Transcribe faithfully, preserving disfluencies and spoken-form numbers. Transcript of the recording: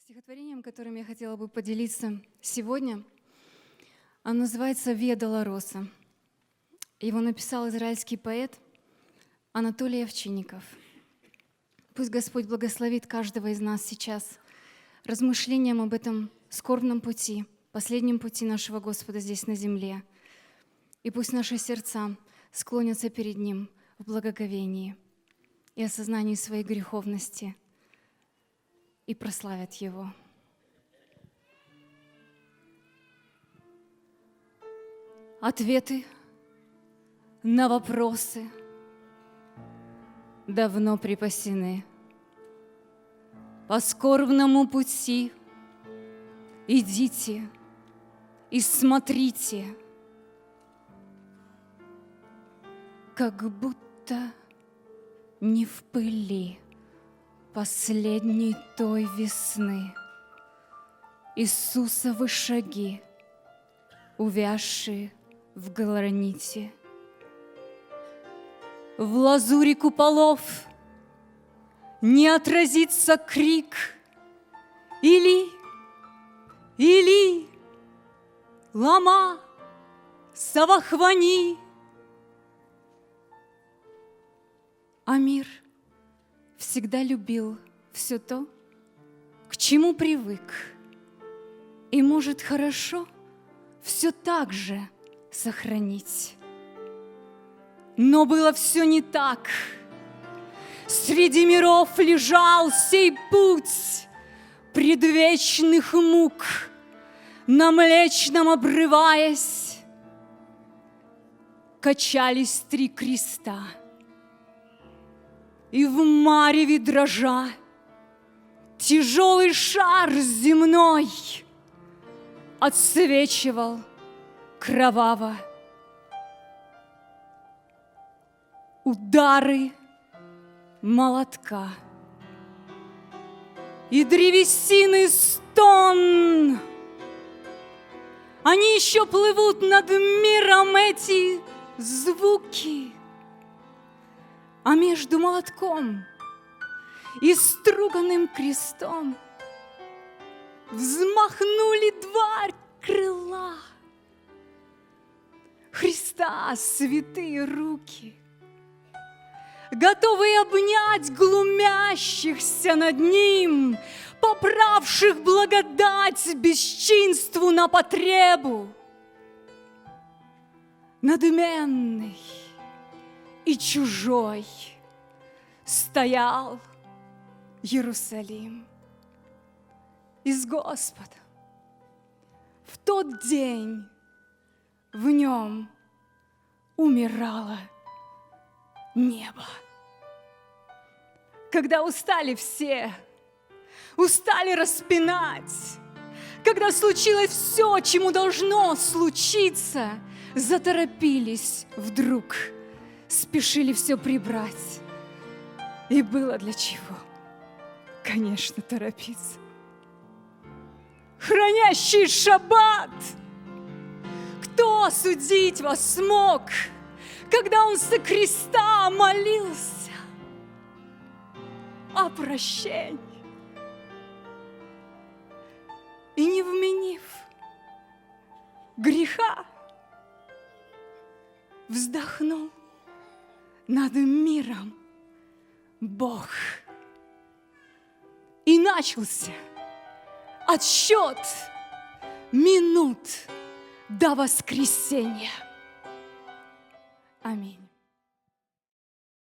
Стихотворением, которым я хотела бы поделиться сегодня, оно называется «Виа Долороса». Его написал израильский поэт Анатолий Овчинников. Пусть Господь благословит каждого из нас сейчас размышлением об этом скорбном пути, последнем пути нашего Господа здесь на земле. И пусть наши сердца склонятся перед Ним в благоговении и осознании своей греховности и прославят Его. Ответы на вопросы давно припасены. По скорбному пути идите и смотрите, как будто не в пыли последней той весны Иисусовы шаги, увязшие в граните. В лазури куполов не отразится крик «Или, или, лама, савахвани!» А мир всегда любил все то, к чему привык, и может хорошо все так же сохранить. Но было все не так. Среди миров лежал сей путь предвечных мук, на Млечном обрываясь, качались три креста. И в мареве дрожа тяжелый шар земной отсвечивал кроваво. Удары молотка и древесины стон. Они еще плывут над миром, эти звуки. А между молотком и струганным крестом взмахнули два крыла Христа святые руки, готовые обнять глумящихся над Ним, поправших благодать бесчинству на потребу. Надменный и чужой стоял Иерусалим. И с Господом в тот день в нем умирало небо. Когда устали все, устали распинать, когда случилось все, чему должно случиться, заторопились вдруг, спешили все прибрать. И было для чего, конечно, торопиться. Хранящий шаббат, кто осудить вас смог, когда он со креста молился о прощении? И не вменив греха, вздохнул над миром Бог. И начался отсчет минут до воскресения. Аминь.